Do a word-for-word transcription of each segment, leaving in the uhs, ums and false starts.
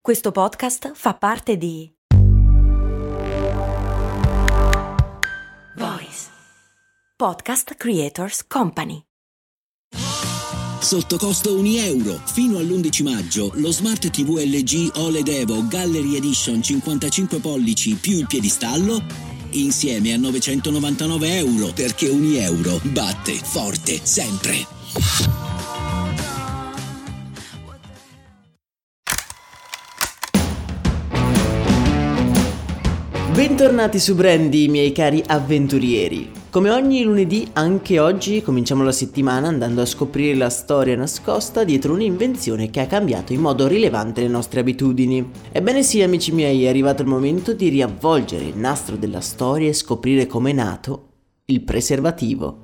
Questo podcast fa parte di Voice Podcast Creators Company. Sotto costo un euro. Fino all'undici maggio lo Smart tivù L G O L E D Evo Gallery Edition cinquantacinque pollici più il piedistallo insieme a novecentonovantanove euro, perché un euro batte forte sempre. Bentornati su Brandy, miei cari avventurieri. Come ogni lunedì, anche oggi cominciamo la settimana andando a scoprire la storia nascosta dietro un'invenzione che ha cambiato in modo rilevante le nostre abitudini. Ebbene sì, amici miei, è arrivato il momento di riavvolgere il nastro della storia e scoprire come è nato il preservativo.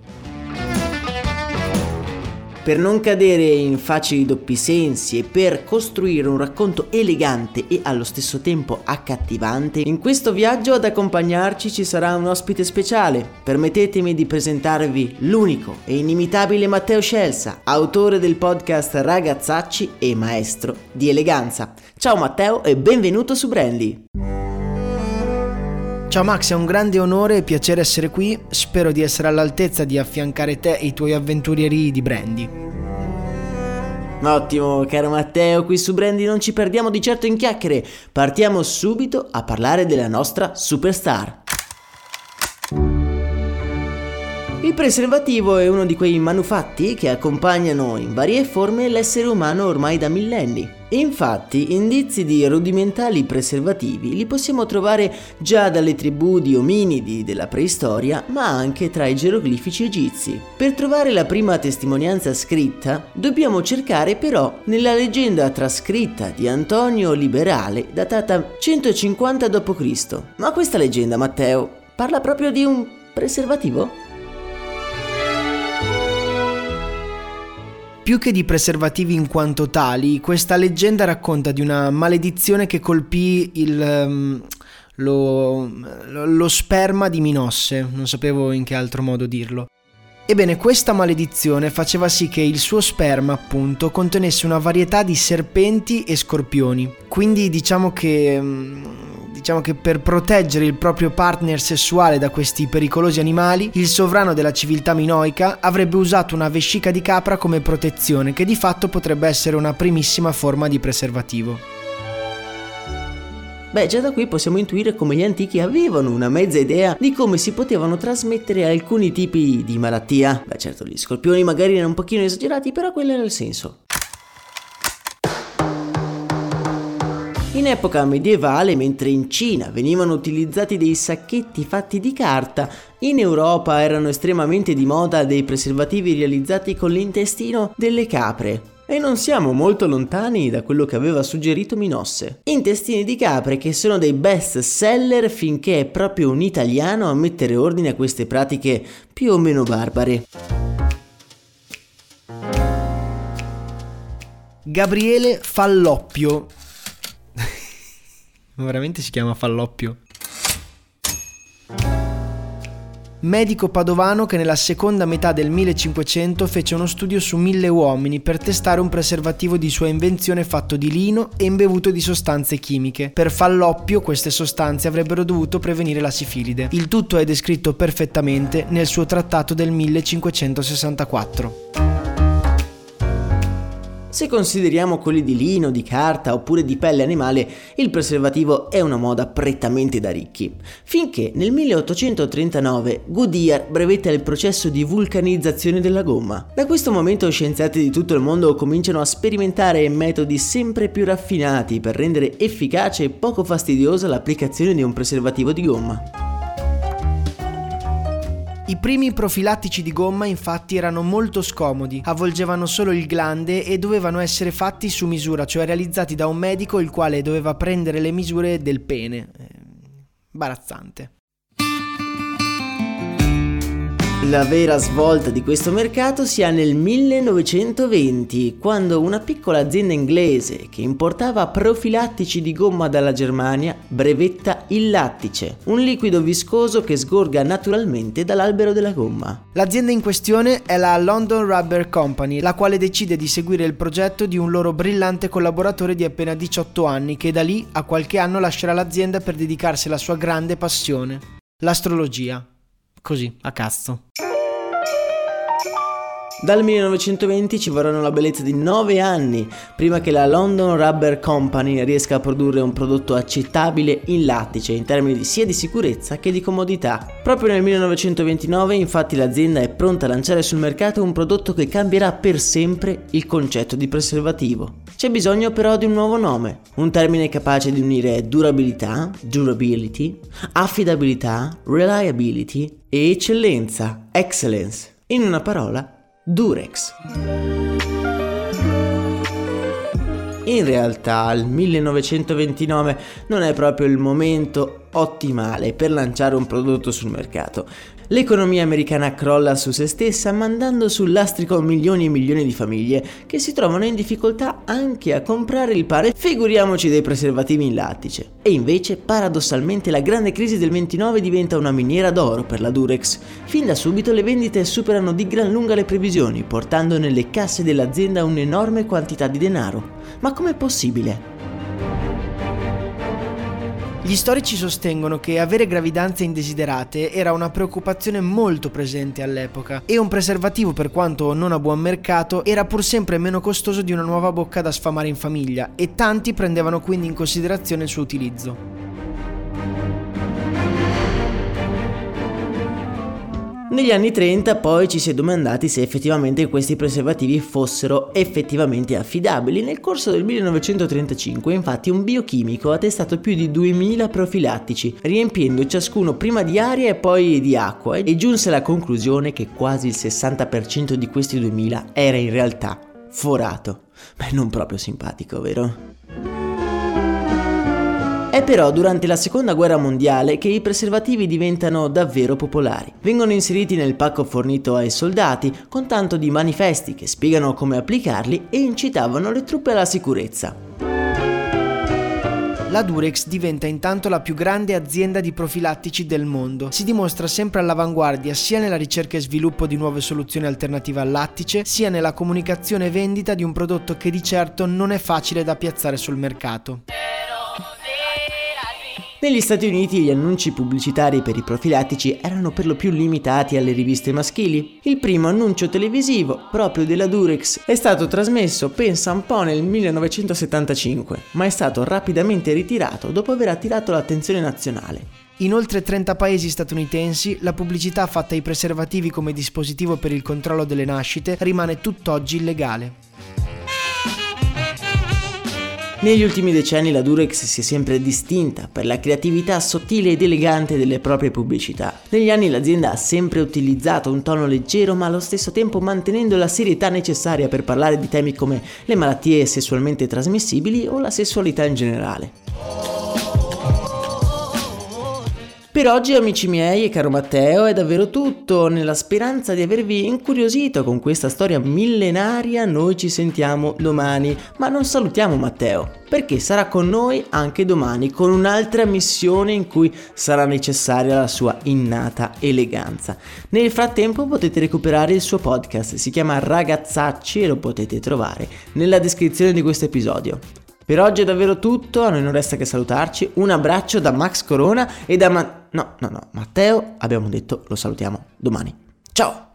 Per non cadere in facili doppi sensi e per costruire un racconto elegante e allo stesso tempo accattivante, in questo viaggio ad accompagnarci ci sarà un ospite speciale. Permettetemi di presentarvi l'unico e inimitabile Matteo Scelsa, autore del podcast Ragazzacci e maestro di eleganza. Ciao Matteo e benvenuto su Brandy. Ciao Max, è un grande onore e piacere essere qui. Spero di essere all'altezza di affiancare te e i tuoi avventurieri di Brandy. Ottimo, caro Matteo, qui su Brandy non ci perdiamo di certo in chiacchiere. Partiamo subito a parlare della nostra superstar. Il preservativo è uno di quei manufatti che accompagnano in varie forme l'essere umano ormai da millenni. Infatti, indizi di rudimentali preservativi li possiamo trovare già dalle tribù di ominidi della preistoria, ma anche tra i geroglifici egizi. Per trovare la prima testimonianza scritta, dobbiamo cercare però nella leggenda trascritta di Antonio Liberale, datata centocinquanta dopo Cristo Ma questa leggenda, Matteo, parla proprio di un preservativo? Più che di preservativi in quanto tali, questa leggenda racconta di una maledizione che colpì il, um, lo, lo sperma di Minosse, non sapevo in che altro modo dirlo. Ebbene, questa maledizione faceva sì che il suo sperma, appunto, contenesse una varietà di serpenti e scorpioni. Quindi diciamo che... Diciamo che per proteggere il proprio partner sessuale da questi pericolosi animali, il sovrano della civiltà minoica avrebbe usato una vescica di capra come protezione, che di fatto potrebbe essere una primissima forma di preservativo. Beh, già da qui possiamo intuire come gli antichi avevano una mezza idea di come si potevano trasmettere alcuni tipi di malattia. Beh, certo, gli scorpioni magari erano un pochino esagerati, però quello era il senso. In epoca medievale, mentre in Cina venivano utilizzati dei sacchetti fatti di carta, in Europa erano estremamente di moda dei preservativi realizzati con l'intestino delle capre. E non siamo molto lontani da quello che aveva suggerito Minosse. Intestini di capre che sono dei best seller finché è proprio un italiano a mettere ordine a queste pratiche più o meno barbare. Gabriele Falloppio. Veramente si chiama Falloppio. Medico padovano che nella seconda metà del millecinquecento fece uno studio su mille uomini per testare un preservativo di sua invenzione fatto di lino e imbevuto di sostanze chimiche. Per Falloppio queste sostanze avrebbero dovuto prevenire la sifilide. Il tutto è descritto perfettamente nel suo trattato del millecinquecentosessantaquattro. Se consideriamo quelli di lino, di carta oppure di pelle animale, il preservativo è una moda prettamente da ricchi. Finché nel milleottocentotrentanove Goodyear brevetta il processo di vulcanizzazione della gomma. Da questo momento scienziati di tutto il mondo cominciano a sperimentare metodi sempre più raffinati per rendere efficace e poco fastidiosa l'applicazione di un preservativo di gomma. I primi profilattici di gomma infatti erano molto scomodi, avvolgevano solo il glande e dovevano essere fatti su misura, cioè realizzati da un medico il quale doveva prendere le misure del pene. Imbarazzante. La vera svolta di questo mercato si ha nel millenovecentoventi, quando una piccola azienda inglese che importava profilattici di gomma dalla Germania brevetta il lattice, un liquido viscoso che sgorga naturalmente dall'albero della gomma. L'azienda in questione è la London Rubber Company, la quale decide di seguire il progetto di un loro brillante collaboratore di appena diciotto anni, che da lì a qualche anno lascerà l'azienda per dedicarsi alla sua grande passione, l'astrologia. Così, a cazzo. Dal millenovecentoventi ci vorranno la bellezza di nove anni prima che la London Rubber Company riesca a produrre un prodotto accettabile in lattice in termini sia di sicurezza che di comodità. Proprio nel millenovecentoventinove infatti l'azienda è pronta a lanciare sul mercato un prodotto che cambierà per sempre il concetto di preservativo. C'è bisogno però di un nuovo nome, un termine capace di unire durabilità, durability, affidabilità, reliability e eccellenza, excellence. In una parola, Durex. In realtà il millenovecentoventinove non è proprio il momento ottimale per lanciare un prodotto sul mercato. L'economia americana crolla su se stessa, mandando sul lastrico milioni e milioni di famiglie che si trovano in difficoltà anche a comprare il pane, figuriamoci dei preservativi in lattice. E invece, paradossalmente, la grande crisi del ventinove diventa una miniera d'oro per la Durex. Fin da subito le vendite superano di gran lunga le previsioni, portando nelle casse dell'azienda un'enorme quantità di denaro. Ma com'è possibile? Gli storici sostengono che avere gravidanze indesiderate era una preoccupazione molto presente all'epoca e un preservativo, per quanto non a buon mercato, era pur sempre meno costoso di una nuova bocca da sfamare in famiglia, e tanti prendevano quindi in considerazione il suo utilizzo. Negli anni trenta poi ci si è domandati se effettivamente questi preservativi fossero effettivamente affidabili. Nel corso del millenovecentotrentacinque infatti un biochimico ha testato più di duemila profilattici, riempiendo ciascuno prima di aria e poi di acqua, e giunse alla conclusione che quasi il sessanta per cento di questi duemila era in realtà forato. Beh, non proprio simpatico, vero? È però durante la seconda guerra mondiale che i preservativi diventano davvero popolari. Vengono inseriti nel pacco fornito ai soldati con tanto di manifesti che spiegano come applicarli e incitavano le truppe alla sicurezza. La Durex diventa intanto la più grande azienda di profilattici del mondo. Si dimostra sempre all'avanguardia sia nella ricerca e sviluppo di nuove soluzioni alternative al lattice, sia nella comunicazione e vendita di un prodotto che di certo non è facile da piazzare sul mercato. Negli Stati Uniti gli annunci pubblicitari per i profilattici erano per lo più limitati alle riviste maschili. Il primo annuncio televisivo, proprio della Durex, è stato trasmesso, pensa un po', nel millenovecentosettantacinque, ma è stato rapidamente ritirato dopo aver attirato l'attenzione nazionale. In oltre trenta paesi statunitensi la pubblicità fatta ai preservativi come dispositivo per il controllo delle nascite rimane tutt'oggi illegale. Negli ultimi decenni la Durex si è sempre distinta per la creatività sottile ed elegante delle proprie pubblicità. Negli anni l'azienda ha sempre utilizzato un tono leggero, ma allo stesso tempo mantenendo la serietà necessaria per parlare di temi come le malattie sessualmente trasmissibili o la sessualità in generale. Per oggi, amici miei e caro Matteo, è davvero tutto. Nella speranza di avervi incuriosito con questa storia millenaria, noi ci sentiamo domani. Ma non salutiamo Matteo, perché sarà con noi anche domani con un'altra missione in cui sarà necessaria la sua innata eleganza. Nel frattempo potete recuperare il suo podcast, si chiama Ragazzacci e lo potete trovare nella descrizione di questo episodio. Per oggi è davvero tutto, a noi non resta che salutarci. Un abbraccio da Max Corona e da Ma- no, no, no, Matteo, abbiamo detto lo salutiamo domani. Ciao!